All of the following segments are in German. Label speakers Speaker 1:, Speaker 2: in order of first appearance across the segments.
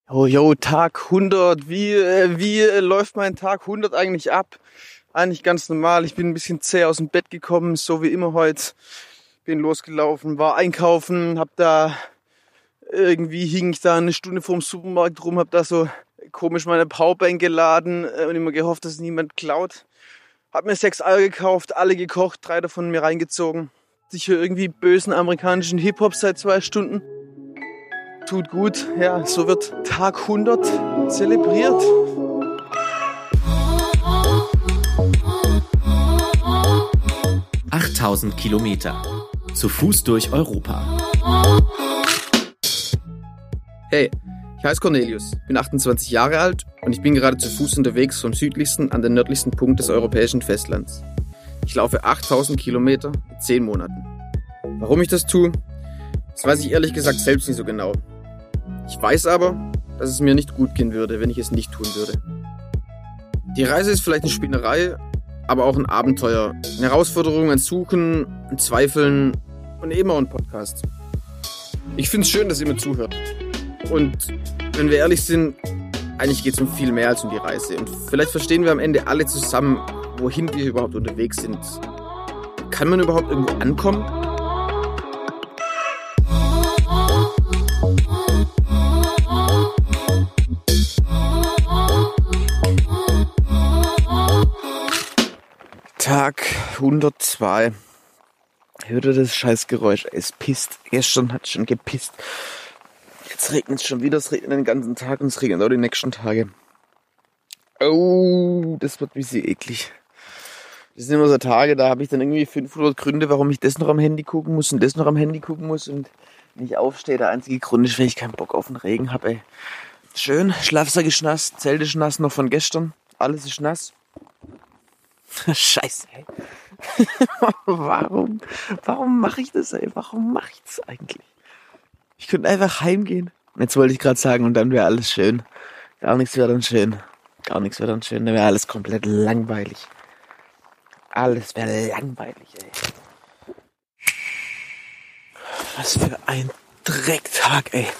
Speaker 1: Oh, yo, Tag 100. Wie läuft mein Tag 100 eigentlich ab? Eigentlich ganz normal. Ich bin ein bisschen zäh aus dem Bett gekommen, so wie immer heute. Bin losgelaufen, war einkaufen, hing ich da eine Stunde vorm Supermarkt rum, hab da so komisch meine Powerbank geladen und immer gehofft, dass niemand klaut. Hab mir 6 Eier gekauft, alle gekocht, 3 davon mir reingezogen. Ich höre irgendwie bösen amerikanischen Hip-Hop seit 2 Stunden. Tut gut, ja, so wird Tag 100 zelebriert.
Speaker 2: »8000 Kilometer. Zu Fuß durch Europa.«
Speaker 1: Hey, ich heiße Cornelius, bin 28 Jahre alt und ich bin gerade zu Fuß unterwegs vom südlichsten an den nördlichsten Punkt des europäischen Festlands. Ich laufe 8000 Kilometer in 10 Monaten. Warum ich das tue, das weiß ich ehrlich gesagt selbst nicht so genau. Ich weiß aber, dass es mir nicht gut gehen würde, wenn ich es nicht tun würde. Die Reise ist vielleicht eine Spinnerei, aber auch ein Abenteuer, eine Herausforderung, ein Suchen, ein Zweifeln und eben auch ein Podcast. Ich finde es schön, dass ihr mir zuhört. Und wenn wir ehrlich sind, eigentlich geht es um viel mehr als um die Reise. Und vielleicht verstehen wir am Ende alle zusammen, wohin wir überhaupt unterwegs sind. Kann man überhaupt irgendwo ankommen? Tag 102. Hört ihr das Scheißgeräusch? Es pisst. Gestern hat es schon gepisst. Jetzt regnet es schon wieder. Es regnet den ganzen Tag und es regnet auch die nächsten Tage. Oh, das wird ein bisschen eklig. Das sind immer so Tage, da habe ich dann irgendwie 500 Gründe, warum ich das noch am Handy gucken muss und das noch am Handy gucken muss. Und wenn ich aufstehe, der einzige Grund ist, weil ich keinen Bock auf den Regen habe. Ey. Schön, Schlafsack ist nass, Zelt ist nass, noch von gestern. Alles ist nass. Scheiße, ey. Warum mache ich das, ey? Warum mache ich das eigentlich? Ich könnte einfach heimgehen. Jetzt wollte ich gerade sagen, und dann wäre alles schön. Gar nichts wäre dann schön. Dann wäre alles komplett langweilig. Alles wäre langweilig, ey. Was für ein Drecktag, ey.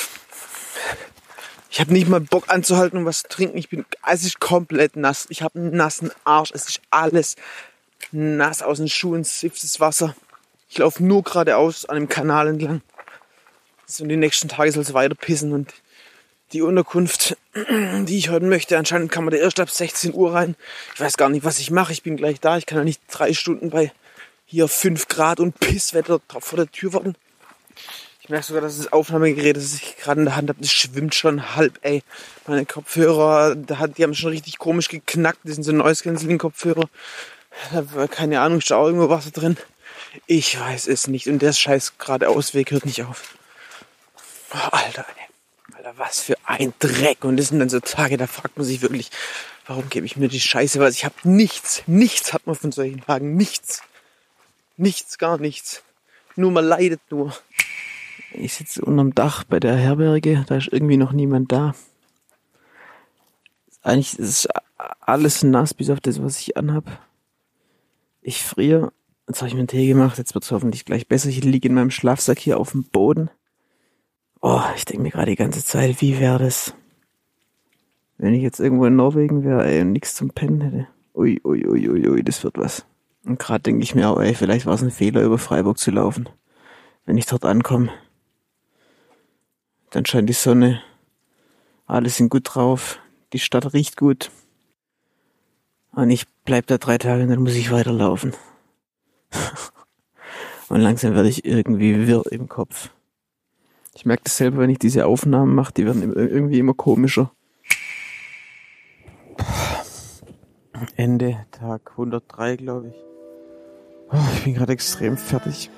Speaker 1: Ich habe nicht mal Bock anzuhalten und was zu trinken. Es ist komplett nass. Ich habe einen nassen Arsch. Es ist alles nass aus den Schuhen, sifftes Wasser. Ich laufe nur geradeaus an dem Kanal entlang. Und die nächsten Tage soll es weiter pissen. Und die Unterkunft, die ich heute möchte, anscheinend kann man da erst ab 16 Uhr rein. Ich weiß gar nicht, was ich mache. Ich bin gleich da. Ich kann ja nicht 3 Stunden bei hier 5 Grad und Pisswetter vor der Tür warten. Ich merke sogar, dass das Aufnahmegerät, das ich gerade in der Hand habe, das schwimmt schon halb, ey. Meine Kopfhörer, die haben schon richtig komisch geknackt. Das sind so Noise-Canceling-Kopfhörer. Da war, keine Ahnung, ist da auch irgendwo Wasser drin. Ich weiß es nicht. Und der scheiß geradeausweg hört nicht auf. Oh, Alter, ey. Alter, was für ein Dreck. Und das sind dann so Tage, da fragt man sich wirklich, warum gebe ich mir die Scheiße? Weil ich habe nichts hat man von solchen Tagen. Nichts, gar nichts. Nur man leidet nur. Ich sitze unterm Dach bei der Herberge, da ist irgendwie noch niemand da. Eigentlich ist alles nass, bis auf das, was ich anhab. Ich friere. Jetzt habe ich mir einen Tee gemacht, jetzt wird es hoffentlich gleich besser. Ich liege in meinem Schlafsack hier auf dem Boden. Oh, ich denke mir gerade die ganze Zeit, wie wäre das, wenn ich jetzt irgendwo in Norwegen wäre, ey, und nichts zum Pennen hätte. Ui, das wird was. Und gerade denke ich mir auch, ey, vielleicht war es ein Fehler, über Freiburg zu laufen. Wenn ich dort ankomme, dann scheint die Sonne, alle sind gut drauf, die Stadt riecht gut. Und ich bleib da 3 Tage und dann muss ich weiterlaufen. Und langsam werde ich irgendwie wirr im Kopf. Ich merke das selber, wenn ich diese Aufnahmen mache, die werden irgendwie immer komischer. Ende, Tag 103, glaube ich. Oh, ich bin gerade extrem fertig.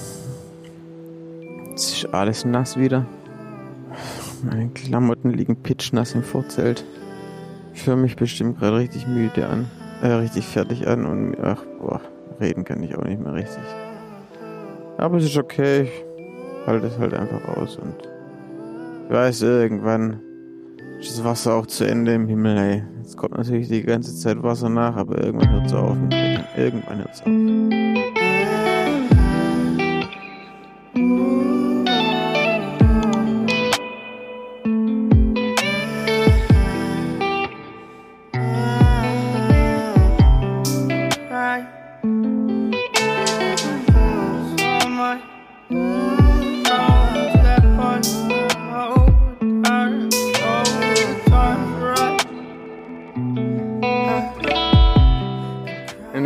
Speaker 1: Es ist alles nass wieder. Meine Klamotten liegen pitschnass im Vorzelt. Ich höre mich bestimmt gerade richtig müde an. Richtig fertig an und reden kann ich auch nicht mehr richtig. Aber es ist okay. Ich halte es halt einfach aus und ich weiß, irgendwann ist das Wasser auch zu Ende im Himmel, ey. Es kommt natürlich die ganze Zeit Wasser nach, aber irgendwann hört es auf. Irgendwann hört es auf.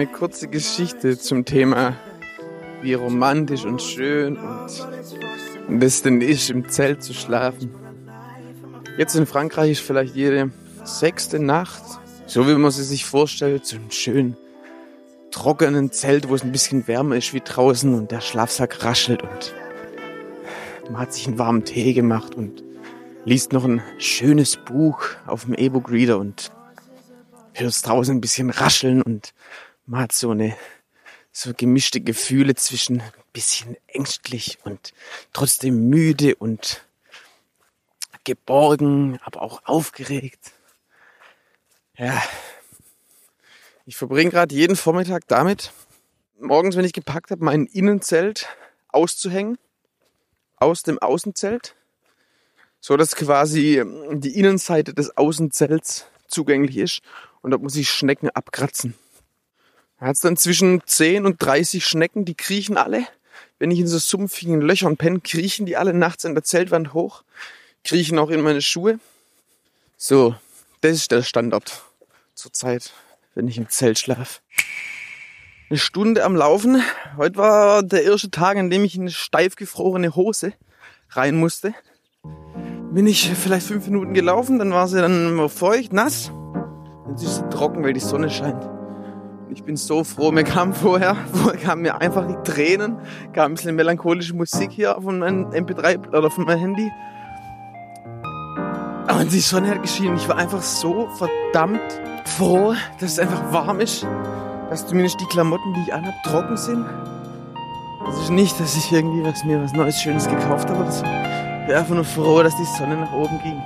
Speaker 1: eine kurze Geschichte zum Thema, wie romantisch und schön und es denn ist, im Zelt zu schlafen. Jetzt in Frankreich ist vielleicht jede 6. Nacht, so wie man sie sich vorstellt, so einem schönen, trockenen Zelt, wo es ein bisschen wärmer ist wie draußen und der Schlafsack raschelt und man hat sich einen warmen Tee gemacht und liest noch ein schönes Buch auf dem E-Book-Reader und hört draußen ein bisschen rascheln und man hat so gemischte Gefühle zwischen ein bisschen ängstlich und trotzdem müde und geborgen, aber auch aufgeregt. Ja, ich verbringe gerade jeden Vormittag damit, morgens, wenn ich gepackt habe, mein Innenzelt auszuhängen, aus dem Außenzelt, so dass quasi die Innenseite des Außenzelts zugänglich ist und dort muss ich Schnecken abkratzen. Da hat es dann zwischen 10 und 30 Schnecken, die kriechen alle. Wenn ich in so sumpfigen Löchern penne, kriechen die alle nachts an der Zeltwand hoch, kriechen auch in meine Schuhe. So, das ist der Standard zurzeit, wenn ich im Zelt schlafe. Eine Stunde am Laufen. Heute war der erste Tag, an dem ich in eine steif gefrorene Hose rein musste. Bin ich vielleicht 5 Minuten gelaufen, dann war sie dann feucht, nass. Jetzt ist sie trocken, weil die Sonne scheint. Ich bin so froh, mir kamen mir einfach die Tränen, kam ein bisschen melancholische Musik hier von meinem MP3 oder von meinem Handy. Und die Sonne hat geschienen. Ich war einfach so verdammt froh, dass es einfach warm ist, dass zumindest die Klamotten, die ich anhabe, trocken sind. Das ist nicht, dass ich irgendwie mir was Neues, Schönes gekauft habe oder so. Ich bin einfach nur froh, dass die Sonne nach oben ging.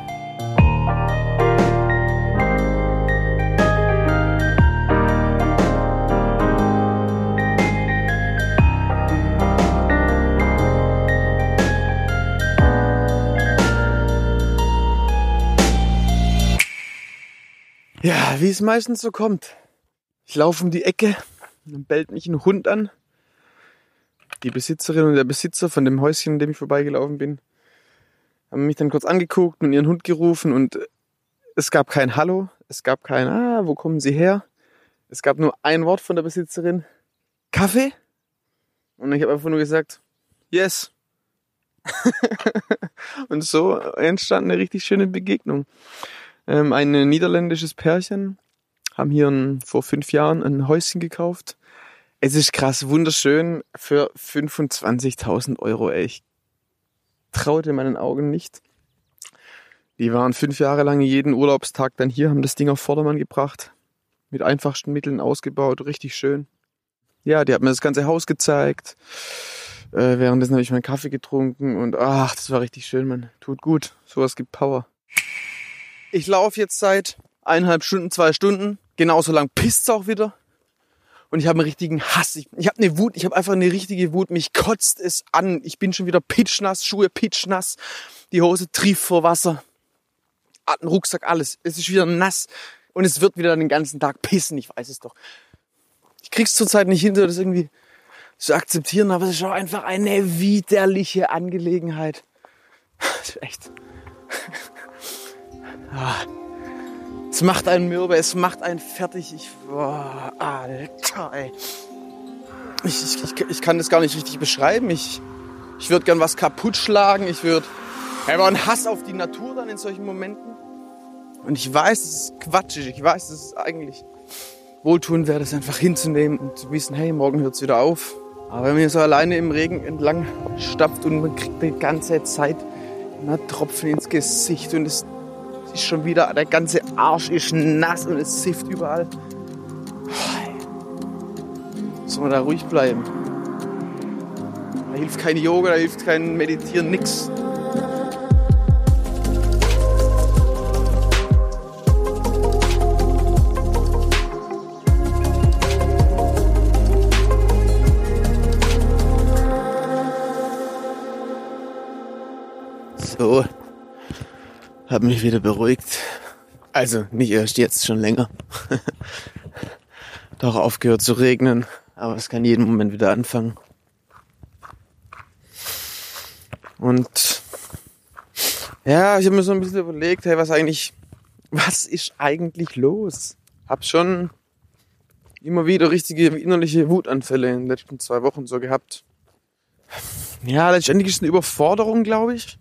Speaker 1: Ja, wie es meistens so kommt. Ich laufe um die Ecke und dann bellt mich ein Hund an. Die Besitzerin und der Besitzer von dem Häuschen, in dem ich vorbeigelaufen bin, haben mich dann kurz angeguckt und ihren Hund gerufen und es gab kein Hallo, es gab kein wo kommen Sie her? Es gab nur ein Wort von der Besitzerin, Kaffee? Und ich habe einfach nur gesagt, yes. Und so entstand eine richtig schöne Begegnung. Ein niederländisches Pärchen haben hier vor 5 Jahren ein Häuschen gekauft. Es ist krass, wunderschön für 25.000 Euro. Ich traute meinen Augen nicht. Die waren 5 Jahre lang jeden Urlaubstag dann hier, haben das Ding auf Vordermann gebracht. Mit einfachsten Mitteln ausgebaut, richtig schön. Ja, die hat mir das ganze Haus gezeigt. Währenddessen habe ich meinen Kaffee getrunken und das war richtig schön, man. Tut gut, sowas gibt Power. Ich laufe jetzt seit 1,5 Stunden, 2 Stunden. Genauso lang pisst's auch wieder. Und ich habe einen richtigen Hass. Ich habe eine Wut. Ich habe einfach eine richtige Wut. Mich kotzt es an. Ich bin schon wieder pitschnass. Schuhe pitschnass. Die Hose trieft vor Wasser. Ein Rucksack, alles. Es ist wieder nass. Und es wird wieder den ganzen Tag pissen. Ich weiß es doch. Ich krieg's zurzeit nicht hinter, das irgendwie zu akzeptieren. Aber es ist auch einfach eine widerliche Angelegenheit. Das ist echt... Es macht einen mürbe, es macht einen fertig. Alter, ey. Ich kann das gar nicht richtig beschreiben. Ich würde gern was kaputt schlagen. Ich würde einfach einen Hass auf die Natur dann in solchen Momenten. Und ich weiß, es ist quatschig. Ich weiß, dass es eigentlich wohltuend wäre, das einfach hinzunehmen und zu wissen, hey, morgen hört es wieder auf. Aber wenn man hier so alleine im Regen entlang stapft und man kriegt die ganze Zeit immer Tropfen ins Gesicht und es ist schon wieder, der ganze Arsch ist nass und es sifft überall. Soll man da ruhig bleiben? Da hilft kein Yoga, da hilft kein Meditieren, nix. So. Hab mich wieder beruhigt. Also nicht erst jetzt, schon länger. Doch aufgehört zu regnen, aber es kann jeden Moment wieder anfangen. Und ja, ich habe mir so ein bisschen überlegt, hey, was ist eigentlich los? Hab schon immer wieder richtige innerliche Wutanfälle in den letzten 2 Wochen so gehabt. Ja, letztendlich ist es eine Überforderung, glaube ich,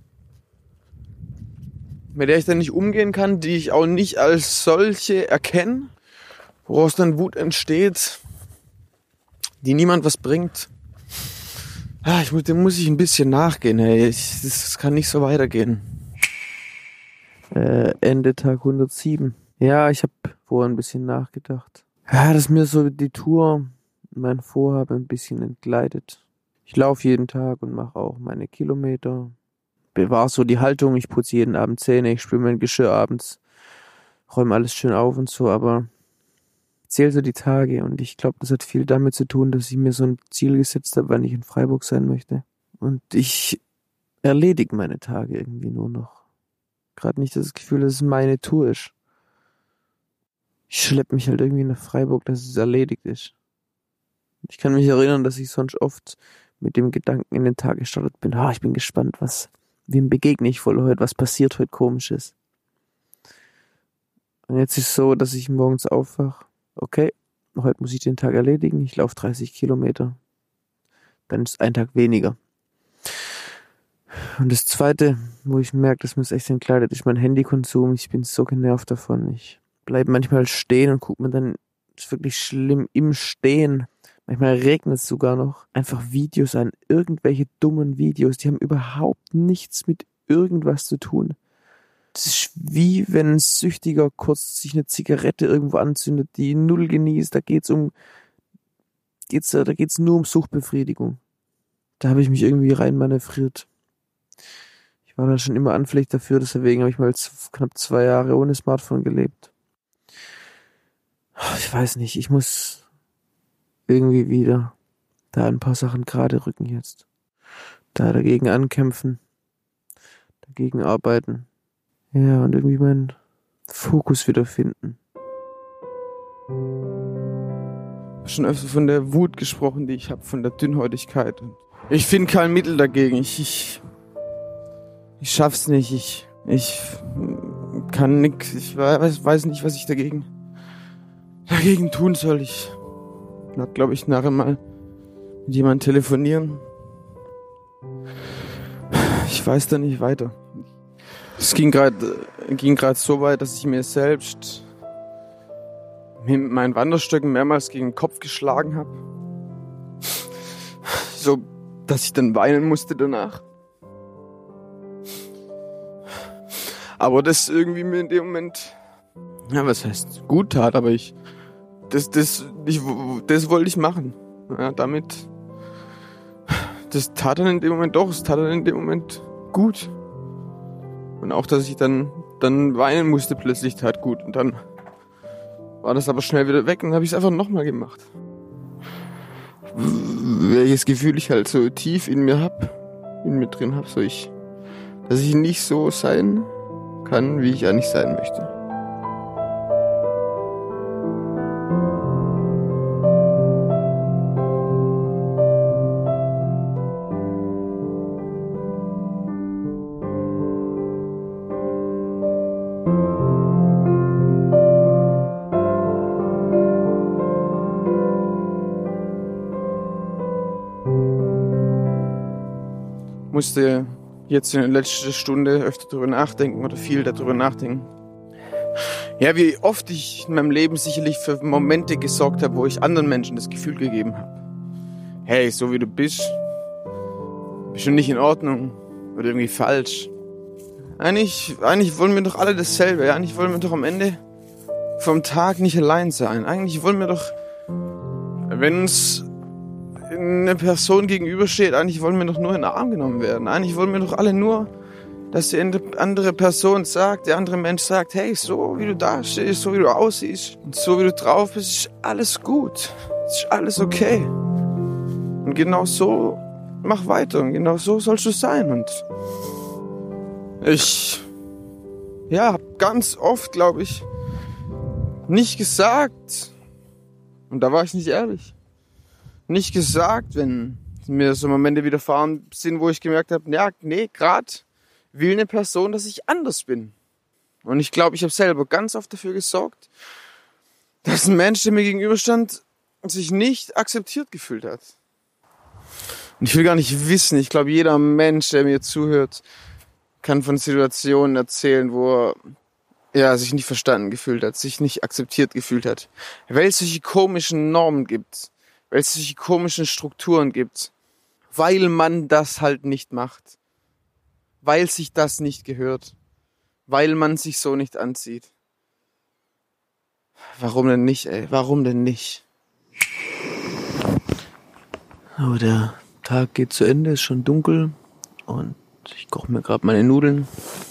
Speaker 1: mit der ich dann nicht umgehen kann, die ich auch nicht als solche erkenne, woraus dann Wut entsteht, die niemand was bringt. Dem muss ich ein bisschen nachgehen, ey. Das kann nicht so weitergehen. Ende Tag 107. Ja, ich habe vorher ein bisschen nachgedacht. Ja, dass mir so die Tour, mein Vorhaben ein bisschen entgleitet. Ich laufe jeden Tag und mache auch meine Kilometer. Bewahre so die Haltung, ich putze jeden Abend Zähne, ich spüle mein Geschirr abends, räume alles schön auf und so, aber ich zähle so die Tage und ich glaube, das hat viel damit zu tun, dass ich mir so ein Ziel gesetzt habe, wann ich in Freiburg sein möchte. Und ich erledige meine Tage irgendwie nur noch. Gerade nicht das Gefühl, dass es meine Tour ist. Ich schleppe mich halt irgendwie nach Freiburg, dass es erledigt ist. Ich kann mich erinnern, dass ich sonst oft mit dem Gedanken in den Tag gestartet bin, ich bin gespannt, wem begegne ich wohl heute, was passiert heute Komisches. Und jetzt ist es so, dass ich morgens aufwache, okay, heute muss ich den Tag erledigen, ich laufe 30 Kilometer. Dann ist ein Tag weniger. Und das Zweite, wo ich merke, dass mir es echt entkleidet, ist mein Handykonsum. Ich bin so genervt davon. Ich bleibe manchmal stehen und gucke mir dann, das ist wirklich schlimm, im Stehen. Manchmal regnet es sogar noch. Einfach Videos an, irgendwelche dummen Videos, die haben überhaupt nichts mit irgendwas zu tun. Das ist wie wenn ein Süchtiger kurz sich eine Zigarette irgendwo anzündet, die null genießt. Da geht's nur um Suchtbefriedigung. Da habe ich mich irgendwie reinmanövriert. Ich war da schon immer anfällig dafür, deswegen habe ich mal knapp 2 Jahre ohne Smartphone gelebt. Ich weiß nicht, ich muss irgendwie wieder da ein paar Sachen gerade rücken jetzt. Da dagegen ankämpfen, dagegen arbeiten. Ja, und irgendwie meinen Fokus wiederfinden. Ich habe schon öfter von der Wut gesprochen, die ich habe, von der Dünnhäutigkeit. Ich finde kein Mittel dagegen. Ich schaff's nicht. Ich kann nix. Ich weiß nicht, was ich dagegen tun soll. Ich werde, glaube ich, nachher mal mit jemandem telefonieren. Ich weiß da nicht weiter. Es ging gerade so weit, dass ich mir selbst mit meinen Wanderstöcken mehrmals gegen den Kopf geschlagen habe. So, dass ich dann weinen musste danach. Aber das irgendwie mir in dem Moment, was heißt gut tat, aber das wollte ich machen. Ja, das tat dann in dem Moment gut. Und auch, dass ich dann weinen musste plötzlich, tat gut. Und dann war das aber schnell wieder weg und dann habe ich es einfach nochmal gemacht. Welches Gefühl ich halt so tief in mir drin habe, dass ich nicht so sein kann, wie ich eigentlich sein möchte. Musste jetzt in der letzten Stunde öfter darüber nachdenken oder viel darüber nachdenken. Ja, wie oft ich in meinem Leben sicherlich für Momente gesorgt habe, wo ich anderen Menschen das Gefühl gegeben habe. Hey, so wie du bist du nicht in Ordnung oder irgendwie falsch. Eigentlich wollen wir doch alle dasselbe. Ja? Eigentlich wollen wir doch am Ende vom Tag nicht allein sein. Eigentlich wollen wir doch, wenn uns eine Person gegenübersteht, eigentlich wollen wir doch nur in den Arm genommen werden. Eigentlich wollen wir doch alle nur, dass die andere Person sagt, der andere Mensch sagt, hey, so wie du da stehst, so wie du aussiehst und so wie du drauf bist, ist alles gut. Ist alles okay. Und genau so mach weiter und genau so sollst du sein. Und ich habe ganz oft, glaube ich, nicht gesagt, und da war ich nicht ehrlich, nicht gesagt, wenn mir so Momente widerfahren sind, wo ich gemerkt habe, gerade will eine Person, dass ich anders bin. Und ich glaube, ich habe selber ganz oft dafür gesorgt, dass ein Mensch, der mir gegenüberstand, sich nicht akzeptiert gefühlt hat. Und ich will gar nicht wissen, ich glaube, jeder Mensch, der mir zuhört, kann von Situationen erzählen, wo er sich nicht verstanden gefühlt hat, sich nicht akzeptiert gefühlt hat. Weil es solche komischen Normen gibt, weil es solche komischen Strukturen gibt, weil man das halt nicht macht, weil sich das nicht gehört, weil man sich so nicht anzieht. Warum denn nicht, ey? Warum denn nicht? Aber der Tag geht zu Ende, ist schon dunkel und ich koche mir gerade meine Nudeln.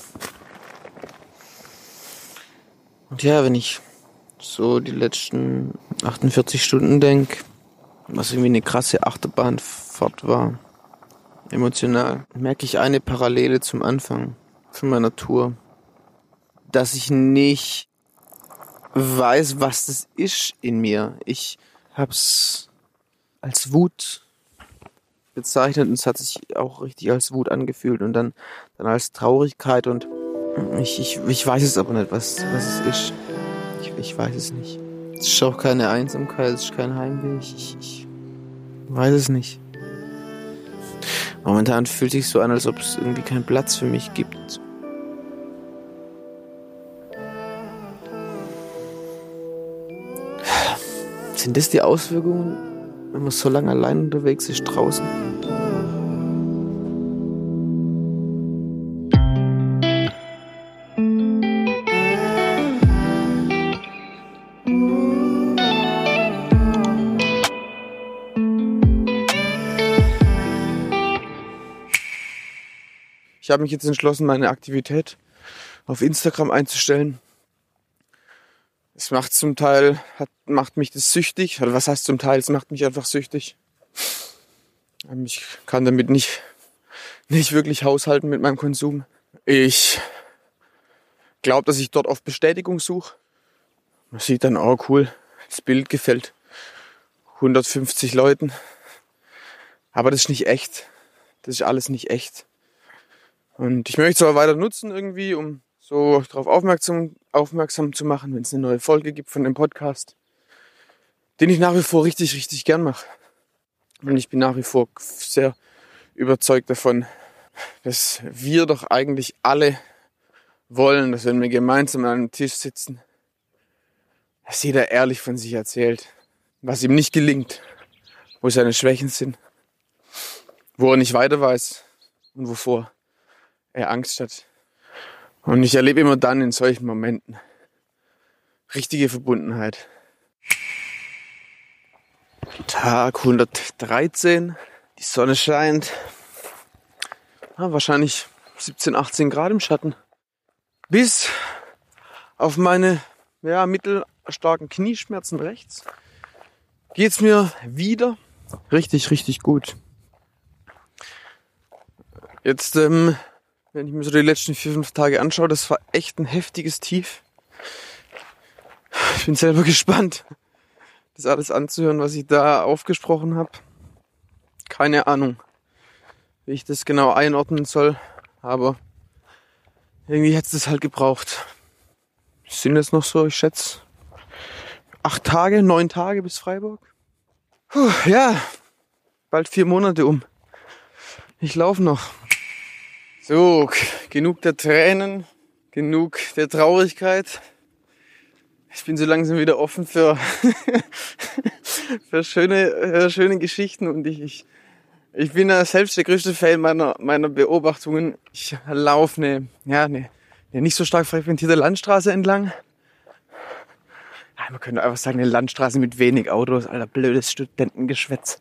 Speaker 1: Und ja, wenn ich so die letzten 48 Stunden denke, was irgendwie eine krasse Achterbahnfahrt war, emotional, merke ich eine Parallele zum Anfang von meiner Tour, dass ich nicht weiß, was das ist in mir. Ich hab's als Wut bezeichnet und es hat sich auch richtig als Wut angefühlt und dann als Traurigkeit und ich weiß es aber nicht, was es ist. Ich weiß es nicht. Es ist auch keine Einsamkeit, es ist kein Heimweh. Ich weiß es nicht. Momentan fühlt es sich so an, als ob es irgendwie keinen Platz für mich gibt. Sind das die Auswirkungen, wenn man so lange allein unterwegs ist draußen? Ich habe mich jetzt entschlossen, meine Aktivität auf Instagram einzustellen. Es macht zum Teil, macht mich das süchtig. Oder was heißt zum Teil? Es macht mich einfach süchtig. Ich kann damit nicht wirklich haushalten mit meinem Konsum. Ich glaube, dass ich dort auf Bestätigung suche. Man sieht dann, oh cool, das Bild gefällt 150 Leuten. Aber das ist nicht echt. Das ist alles nicht echt. Und ich möchte es aber weiter nutzen irgendwie, um so darauf aufmerksam zu machen, wenn es eine neue Folge gibt von dem Podcast, den ich nach wie vor richtig, richtig gern mache. Und ich bin nach wie vor sehr überzeugt davon, dass wir doch eigentlich alle wollen, dass wenn wir gemeinsam an einem Tisch sitzen, dass jeder ehrlich von sich erzählt, was ihm nicht gelingt, wo seine Schwächen sind, wo er nicht weiter weiß und wovor er Angst hat. Und ich erlebe immer dann in solchen Momenten richtige Verbundenheit. Tag 113, die Sonne scheint. Wahrscheinlich 17, 18 Grad im Schatten. Bis auf meine mittelstarken Knieschmerzen rechts geht's mir wieder richtig, richtig gut. Jetzt, wenn ich mir so die letzten 4-5 Tage anschaue, das war echt ein heftiges Tief. Ich bin selber gespannt, das alles anzuhören, was ich da aufgesprochen habe. Keine Ahnung, wie ich das genau einordnen soll, aber irgendwie hätte es das halt gebraucht. Sind es noch so, ich schätze, 9 Tage bis Freiburg? Ja, bald 4 Monate um. Ich laufe noch. So, genug der Tränen, genug der Traurigkeit. Ich bin so langsam wieder offen für schöne Geschichten und ich bin ja selbst der größte Fan meiner Beobachtungen. Ich laufe eine nicht so stark frequentierte Landstraße entlang. Ja, man könnte einfach sagen, eine Landstraße mit wenig Autos, alter blödes Studentengeschwätz.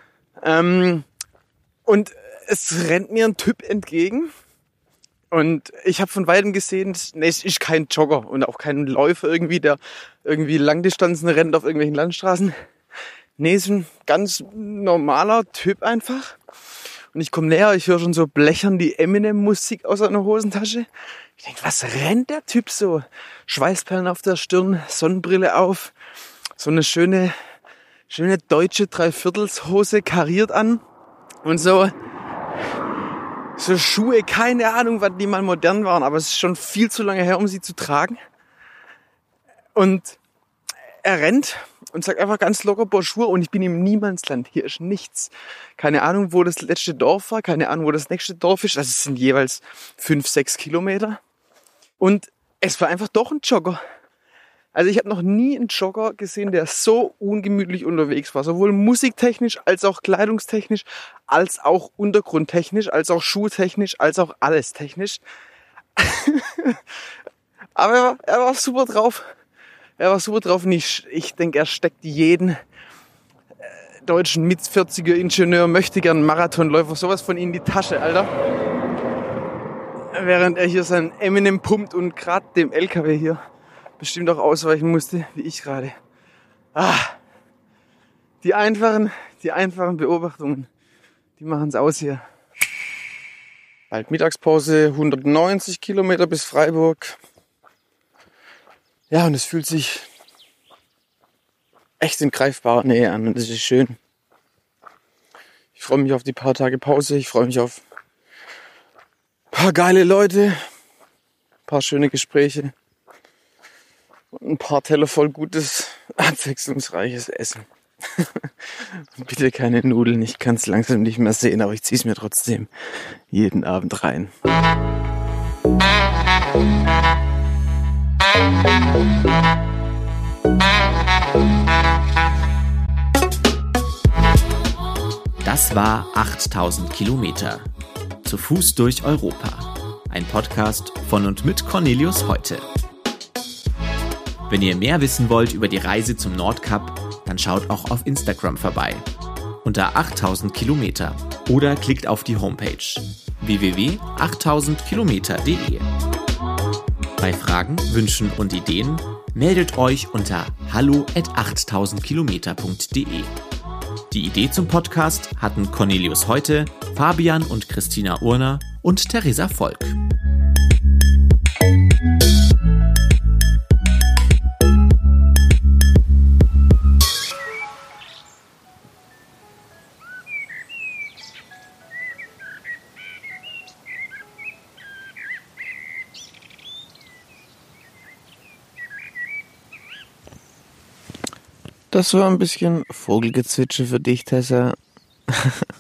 Speaker 1: Und es rennt mir ein Typ entgegen und ich habe von weitem gesehen, es ist kein Jogger und auch kein Läufer irgendwie, der irgendwie Langdistanzen rennt auf irgendwelchen Landstraßen. Nee, es ist ein ganz normaler Typ einfach. Und ich komme näher, ich höre schon so blechern die Eminem-Musik aus seiner Hosentasche. Ich denke, was rennt der Typ so? Schweißperlen auf der Stirn, Sonnenbrille auf, so eine schöne deutsche Dreiviertelshose kariert an und so Schuhe, keine Ahnung, wann die mal modern waren, aber es ist schon viel zu lange her, um sie zu tragen. Und er rennt und sag einfach ganz locker Bonjour und ich bin im Niemandsland. Hier ist nichts. Keine Ahnung, wo das letzte Dorf war, keine Ahnung, wo das nächste Dorf ist. Also es sind jeweils 5-6 Kilometer. Und es war einfach doch ein Jogger. Also ich habe noch nie einen Jogger gesehen, der so ungemütlich unterwegs war. Sowohl musiktechnisch, als auch kleidungstechnisch, als auch untergrundtechnisch, als auch schuhtechnisch, als auch alles technisch. Aber er war super drauf. Und ich denke, er steckt jeden deutschen Mit-40er Ingenieur, möchtegern Marathonläufer sowas von in die Tasche, Alter. Während er hier sein Eminem pumpt und gerade dem LKW hier bestimmt auch ausweichen musste, wie ich gerade. Die einfachen Beobachtungen, die machen es aus hier. Bald Mittagspause, 190 Kilometer bis Freiburg. Ja, und es fühlt sich echt in greifbarer Nähe an und das ist schön. Ich freue mich auf die paar Tage Pause, ich freue mich auf ein paar geile Leute, ein paar schöne Gespräche und ein paar Teller voll gutes, abwechslungsreiches Essen. Bitte keine Nudeln, ich kann es langsam nicht mehr sehen, aber ich ziehe es mir trotzdem jeden Abend rein.
Speaker 2: Das war 8000 Kilometer. Zu Fuß durch Europa. Ein Podcast von und mit Cornelius Heute. Wenn ihr mehr wissen wollt über die Reise zum Nordkap, dann schaut auch auf Instagram vorbei. Unter 8000 Kilometer. Oder klickt auf die Homepage www.8000kilometer.de. Bei Fragen, Wünschen und Ideen meldet euch unter hallo@8000kilometer.de. Die Idee zum Podcast hatten Cornelius Heute, Fabian und Christina Urner und Theresa Volk.
Speaker 1: Das war ein bisschen Vogelgezwitscher für dich, Tessa.